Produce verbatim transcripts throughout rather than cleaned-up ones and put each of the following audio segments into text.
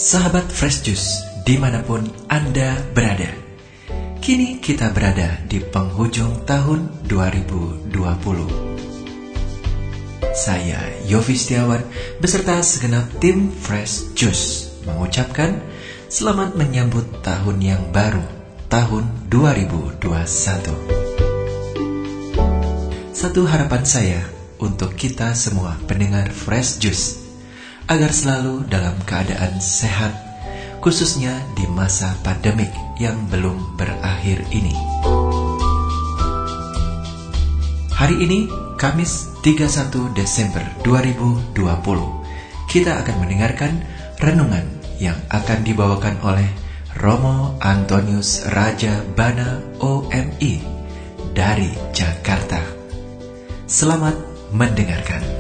Sahabat Fresh Juice, dimanapun Anda berada, kini kita berada di penghujung tahun dua ribu dua puluh. Saya Yofi Setiawan beserta segenap tim Fresh Juice mengucapkan selamat menyambut tahun yang baru, tahun dua ribu dua puluh satu. Satu harapan saya untuk kita semua pendengar Fresh Juice, agar selalu dalam keadaan sehat, khususnya di masa pandemik yang belum berakhir ini. Hari ini, Kamis tiga puluh satu Desember dua ribu dua puluh, kita akan mendengarkan renungan yang akan dibawakan oleh Romo Antonius Raja Bana O M I dari Jakarta. Selamat mendengarkan.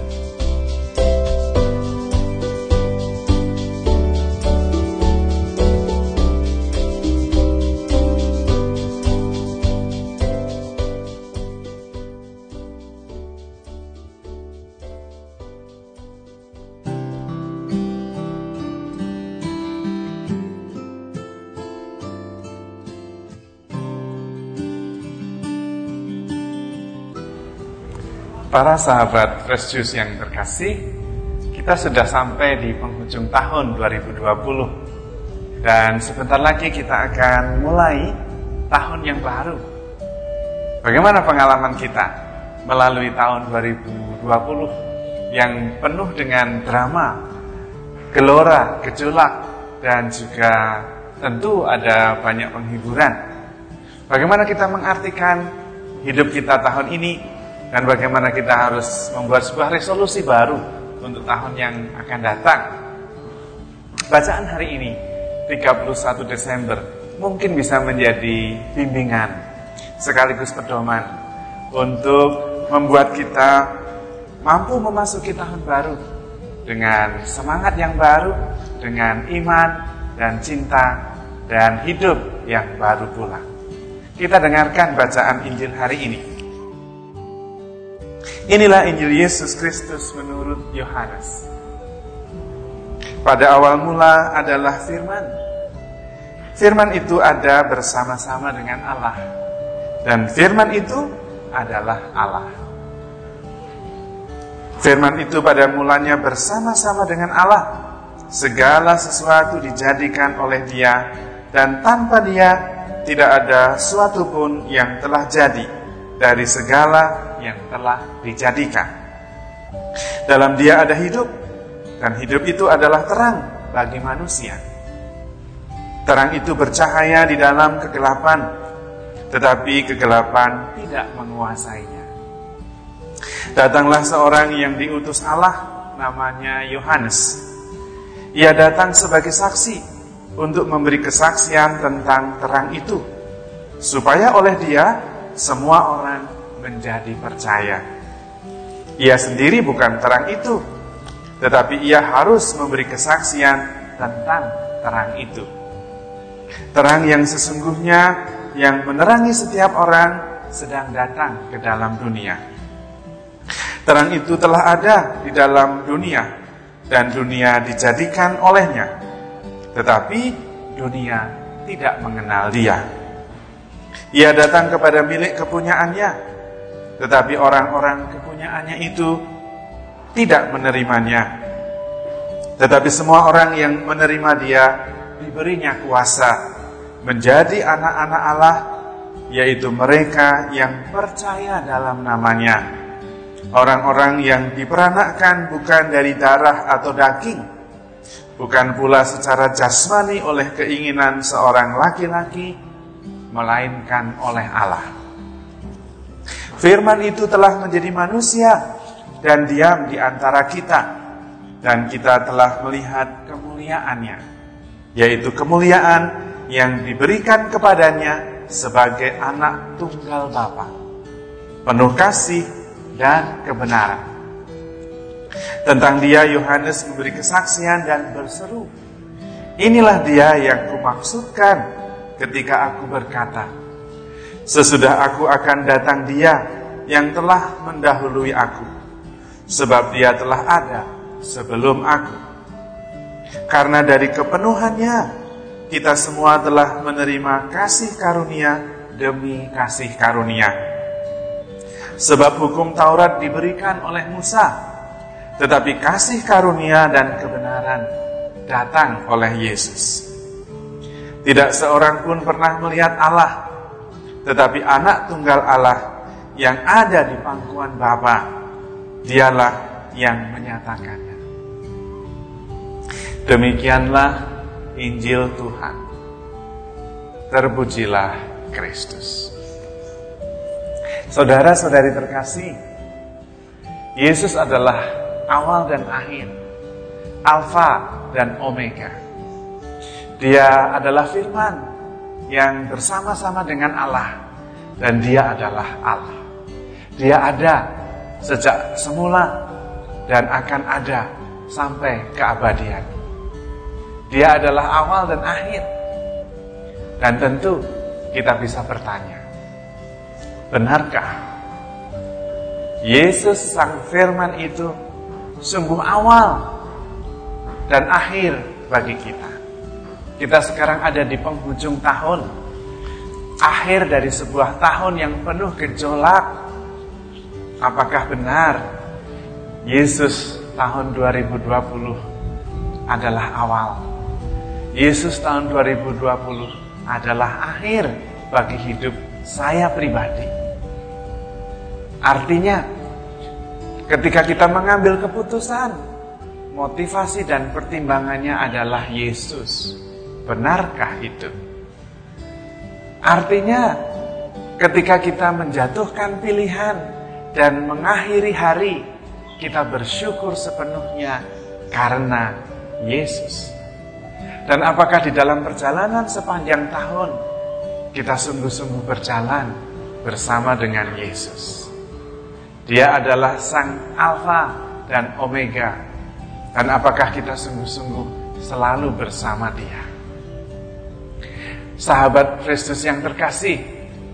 Para sahabat Fresh Juice yang terkasih, kita sudah sampai di penghujung tahun dua ribu dua puluh. Dan sebentar lagi kita akan mulai tahun yang baru. Bagaimana pengalaman kita melalui tahun dua ribu dua puluh yang penuh dengan drama, gelora, gejolak, dan juga tentu ada banyak penghiburan. Bagaimana kita mengartikan hidup kita tahun ini, dan bagaimana kita harus membuat sebuah resolusi baru untuk tahun yang akan datang. Bacaan hari ini, tiga puluh satu Desember, mungkin bisa menjadi bimbingan sekaligus pedoman untuk membuat kita mampu memasuki tahun baru dengan semangat yang baru, dengan iman dan cinta dan hidup yang baru pula. Kita dengarkan bacaan Injil hari ini. Inilah Injil Yesus Kristus menurut Yohanes. Pada awal mula adalah firman. Firman itu ada bersama-sama dengan Allah, dan firman itu adalah Allah. Firman itu pada mulanya bersama-sama dengan Allah. Segala sesuatu dijadikan oleh Dia, dan tanpa Dia tidak ada suatu pun yang telah jadi dari segala yang telah dijadikan. Dalam Dia ada hidup, dan hidup itu adalah terang bagi manusia. Terang itu bercahaya di dalam kegelapan, tetapi kegelapan tidak menguasainya. Datanglah seorang yang diutus Allah, namanya Yohanes. Ia datang sebagai saksi untuk memberi kesaksian tentang terang itu, supaya oleh Dia semua orang menjadi percaya. Ia sendiri bukan terang itu, tetapi ia harus memberi kesaksian tentang terang itu. Terang yang sesungguhnya yang menerangi setiap orang sedang datang ke dalam dunia. Terang itu telah ada di dalam dunia, dan dunia dijadikan olehnya, tetapi dunia tidak mengenal Dia. Ia datang kepada milik kepunyaannya, tetapi orang-orang kepunyaannya itu tidak menerimanya. Tetapi semua orang yang menerima Dia diberinya kuasa menjadi anak-anak Allah, yaitu mereka yang percaya dalam namanya. Orang-orang yang diperanakkan bukan dari darah atau daging, bukan pula secara jasmani oleh keinginan seorang laki-laki, melainkan oleh Allah. Firman itu telah menjadi manusia dan diam di antara kita, dan kita telah melihat kemuliaannya, yaitu kemuliaan yang diberikan kepadanya sebagai anak tunggal Bapa, penuh kasih dan kebenaran. Tentang Dia Yohanes memberi kesaksian dan berseru, "Inilah Dia yang kumaksudkan ketika aku berkata, sesudah aku akan datang Dia yang telah mendahului aku, sebab Dia telah ada sebelum aku." Karena dari kepenuhannya, kita semua telah menerima kasih karunia demi kasih karunia. Sebab hukum Taurat diberikan oleh Musa, tetapi kasih karunia dan kebenaran datang oleh Yesus. Tidak seorang pun pernah melihat Allah, tetapi anak tunggal Allah yang ada di pangkuan Bapa, dialah yang menyatakannya. Demikianlah Injil Tuhan. Terpujilah Kristus. Saudara-saudari terkasih, Yesus adalah awal dan akhir, Alfa dan Omega. Dia adalah firman yang bersama-sama dengan Allah, dan dia adalah Allah. Dia ada sejak semula dan akan ada sampai keabadian. Dia adalah awal dan akhir. Dan tentu kita bisa bertanya, benarkah Yesus sang firman itu sungguh awal dan akhir bagi kita? Kita sekarang ada di penghujung tahun, akhir dari sebuah tahun yang penuh gejolak. Apakah benar Yesus tahun dua ribu dua puluh adalah awal? Yesus tahun dua ribu dua puluh adalah akhir bagi hidup saya pribadi. Artinya, ketika kita mengambil keputusan, motivasi dan pertimbangannya adalah Yesus. Benarkah itu? Artinya, ketika kita menjatuhkan pilihan dan mengakhiri hari, kita bersyukur sepenuhnya karena Yesus. Dan apakah di dalam perjalanan sepanjang tahun, kita sungguh-sungguh berjalan bersama dengan Yesus? Dia adalah sang Alfa dan Omega. Dan apakah kita sungguh-sungguh selalu bersama Dia? Sahabat Kristus yang terkasih,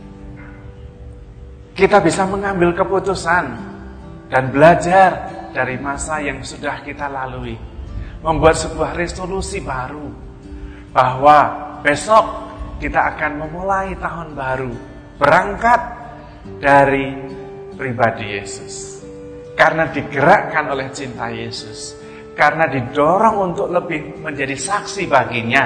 kita bisa mengambil keputusan dan belajar dari masa yang sudah kita lalui, membuat sebuah resolusi baru bahwa besok kita akan memulai tahun baru berangkat dari pribadi Yesus, karena digerakkan oleh cinta Yesus, karena didorong untuk lebih menjadi saksi baginya,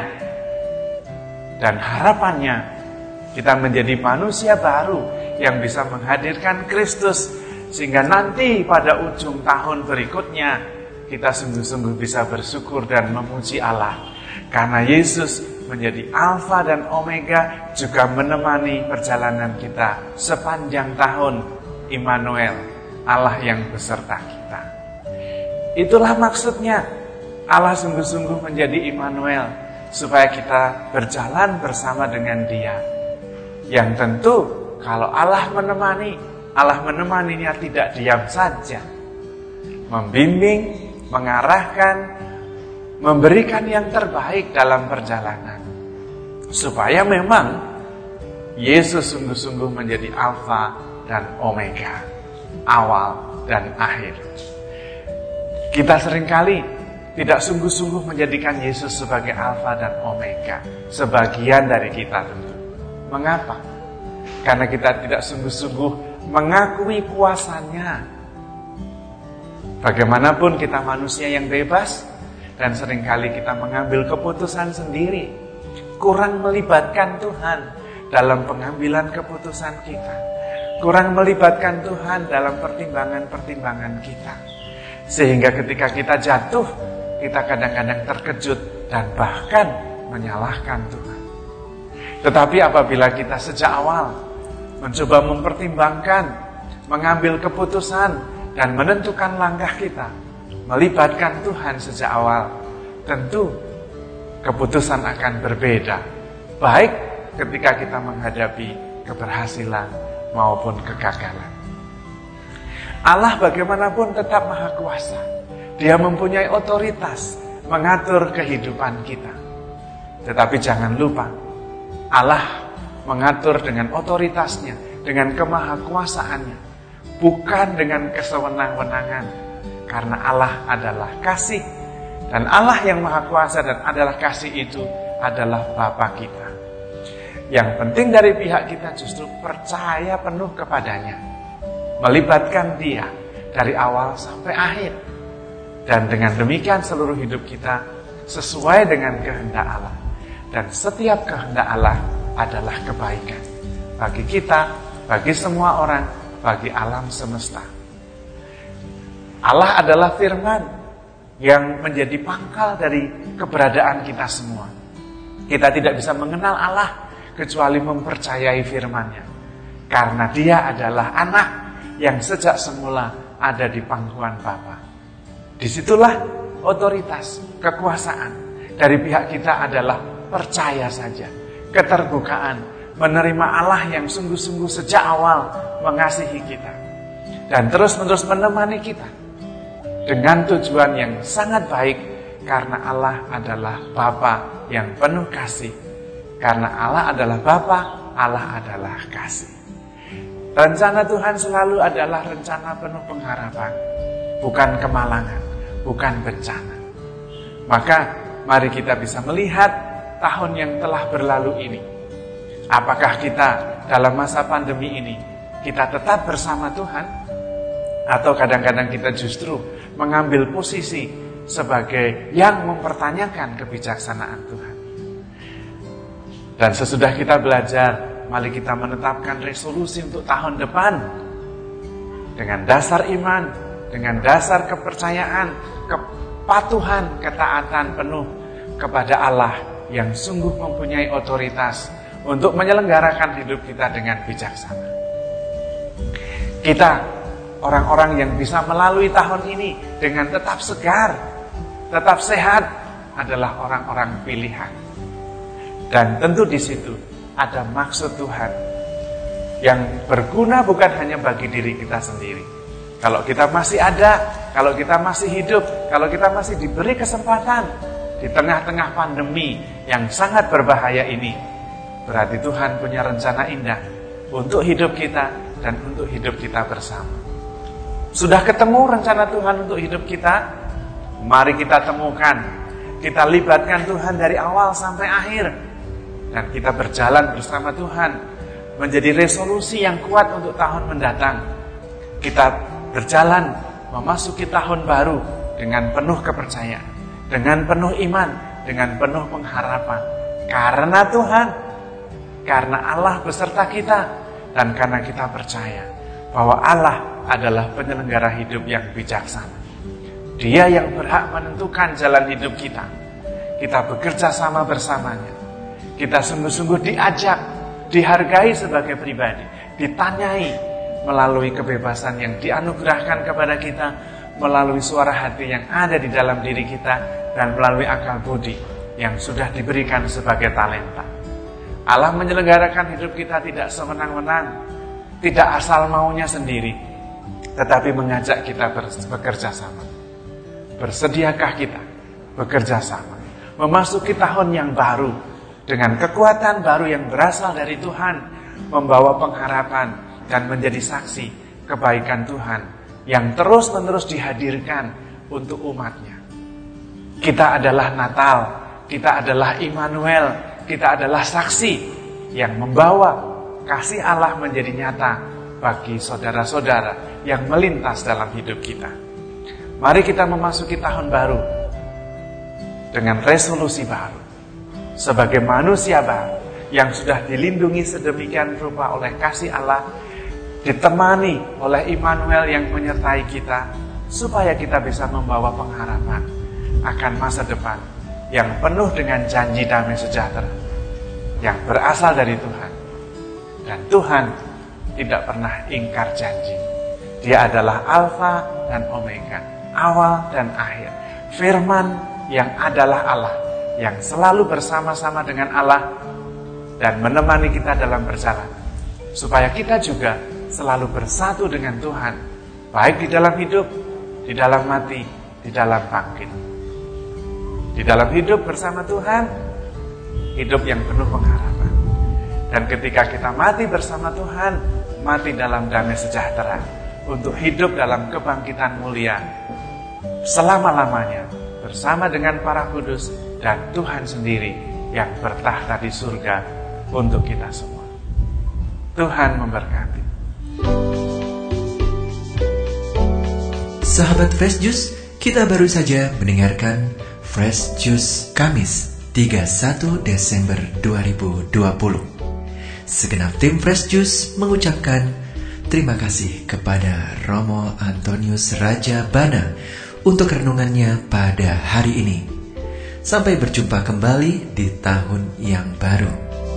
dan harapannya kita menjadi manusia baru yang bisa menghadirkan Kristus, sehingga nanti pada ujung tahun berikutnya kita sungguh-sungguh bisa bersyukur dan memuji Allah, karena Yesus menjadi Alfa dan Omega, juga menemani perjalanan kita sepanjang tahun. Immanuel, Allah yang beserta kita. Itulah maksudnya Allah sungguh-sungguh menjadi Immanuel, supaya kita berjalan bersama dengan Dia. Yang tentu kalau Allah menemani, Allah menemaninya tidak diam saja, membimbing, mengarahkan, memberikan yang terbaik dalam perjalanan, supaya memang Yesus sungguh-sungguh menjadi Alfa dan Omega, awal dan akhir. Kita seringkali tidak sungguh-sungguh menjadikan Yesus sebagai Alfa dan Omega. Sebagian dari kita tentu. Mengapa? Karena kita tidak sungguh-sungguh mengakui kuasanya. Bagaimanapun kita manusia yang bebas, dan seringkali kita mengambil keputusan sendiri, kurang melibatkan Tuhan dalam pengambilan keputusan kita, kurang melibatkan Tuhan dalam pertimbangan-pertimbangan kita. Sehingga ketika kita jatuh, kita kadang-kadang terkejut dan bahkan menyalahkan Tuhan. Tetapi apabila kita sejak awal mencoba mempertimbangkan, mengambil keputusan dan menentukan langkah kita, melibatkan Tuhan sejak awal, tentu keputusan akan berbeda, baik ketika kita menghadapi keberhasilan maupun kegagalan. Allah bagaimanapun tetap maha kuasa. Dia mempunyai otoritas mengatur kehidupan kita. Tetapi jangan lupa, Allah mengatur dengan otoritasnya, dengan kemahakuasaannya, bukan dengan kesewenang-wenangan. Karena Allah adalah kasih, Dan Allah yang Maha Kuasa dan adalah kasih itu adalah Bapa kita. Yang penting dari pihak kita justru percaya penuh kepadanya, melibatkan Dia dari awal sampai akhir. Dan dengan demikian seluruh hidup kita sesuai dengan kehendak Allah. Dan setiap kehendak Allah adalah kebaikan bagi kita, bagi semua orang, bagi alam semesta. Allah adalah firman yang menjadi pangkal dari keberadaan kita semua. Kita tidak bisa mengenal Allah kecuali mempercayai firman-Nya. Karena Dia adalah anak yang sejak semula ada di pangkuan Bapa. Disitulah otoritas, kekuasaan dari pihak kita adalah percaya saja, keterbukaan, menerima Allah yang sungguh-sungguh sejak awal mengasihi kita dan terus-menerus menemani kita dengan tujuan yang sangat baik, karena Allah adalah Bapa yang penuh kasih. Karena Allah adalah Bapa, Allah adalah kasih. Rencana Tuhan selalu adalah rencana penuh pengharapan, bukan kemalangan, bukan bencana. Maka mari kita bisa melihat tahun yang telah berlalu ini. Apakah kita dalam masa pandemi ini kita tetap bersama Tuhan? Atau kadang-kadang kita justru mengambil posisi sebagai yang mempertanyakan kebijaksanaan Tuhan. Dan sesudah kita belajar, mari kita menetapkan resolusi untuk tahun depan dengan dasar iman, dengan dasar kepercayaan, kepatuhan, ketaatan penuh kepada Allah yang sungguh mempunyai otoritas untuk menyelenggarakan hidup kita dengan bijaksana. Kita orang-orang yang bisa melalui tahun ini dengan tetap segar, tetap sehat adalah orang-orang pilihan. Dan tentu di situ ada maksud Tuhan yang berguna bukan hanya bagi diri kita sendiri. Kalau kita masih ada, kalau kita masih hidup, kalau kita masih diberi kesempatan di tengah-tengah pandemi yang sangat berbahaya ini, berarti Tuhan punya rencana indah untuk hidup kita dan untuk hidup kita bersama. Sudah ketemu rencana Tuhan untuk hidup kita? Mari kita temukan, kita libatkan Tuhan dari awal sampai akhir, dan kita berjalan bersama Tuhan menjadi resolusi yang kuat untuk tahun mendatang. Kita berjalan memasuki tahun baru dengan penuh kepercayaan, dengan penuh iman, dengan penuh pengharapan. Karena Tuhan, karena Allah beserta kita, dan karena kita percaya bahwa Allah adalah penyelenggara hidup yang bijaksana. Dia yang berhak menentukan jalan hidup kita. Kita bekerja sama bersamanya. Kita sungguh-sungguh diajak, dihargai sebagai pribadi, ditanyai melalui kebebasan yang dianugerahkan kepada kita, melalui suara hati yang ada di dalam diri kita, dan melalui akal budi yang sudah diberikan sebagai talenta. Allah menyelenggarakan hidup kita tidak semenang-menang, tidak asal maunya sendiri, tetapi mengajak kita bekerja sama. Bersediakah kita bekerja sama memasuki tahun yang baru dengan kekuatan baru yang berasal dari Tuhan, membawa pengharapan dan menjadi saksi kebaikan Tuhan yang terus-menerus dihadirkan untuk umatnya. Kita adalah Natal, kita adalah Immanuel, kita adalah saksi yang membawa kasih Allah menjadi nyata bagi saudara-saudara yang melintas dalam hidup kita. Mari kita memasuki tahun baru dengan resolusi baru, sebagai manusia baru yang sudah dilindungi sedemikian rupa oleh kasih Allah, ditemani oleh Immanuel yang menyertai kita, supaya kita bisa membawa pengharapan akan masa depan yang penuh dengan janji damai sejahtera yang berasal dari Tuhan. Dan Tuhan tidak pernah ingkar janji. Dia adalah Alfa dan Omega, awal dan akhir. Firman yang adalah Allah, yang selalu bersama-sama dengan Allah dan menemani kita dalam perjalanan, supaya kita juga selalu bersatu dengan Tuhan, baik di dalam hidup, di dalam mati, di dalam bangkit. Di dalam hidup bersama Tuhan, hidup yang penuh pengharapan. Dan ketika kita mati bersama Tuhan, mati dalam damai sejahtera, untuk hidup dalam kebangkitan mulia selama-lamanya bersama dengan para kudus dan Tuhan sendiri yang bertahta di surga untuk kita semua. Tuhan memberkati. Sahabat Fresh Juice, kita baru saja mendengarkan Fresh Juice Kamis tiga puluh satu Desember dua ribu dua puluh. Segenap tim Fresh Juice mengucapkan terima kasih kepada Romo Antonius Raja Bana untuk renungannya pada hari ini. Sampai berjumpa kembali di tahun yang baru.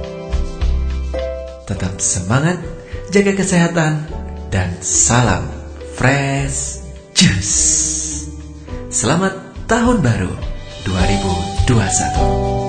Tetap semangat, jaga kesehatan, dan salam Fresh Juice. Selamat Tahun Baru dua ribu dua puluh satu.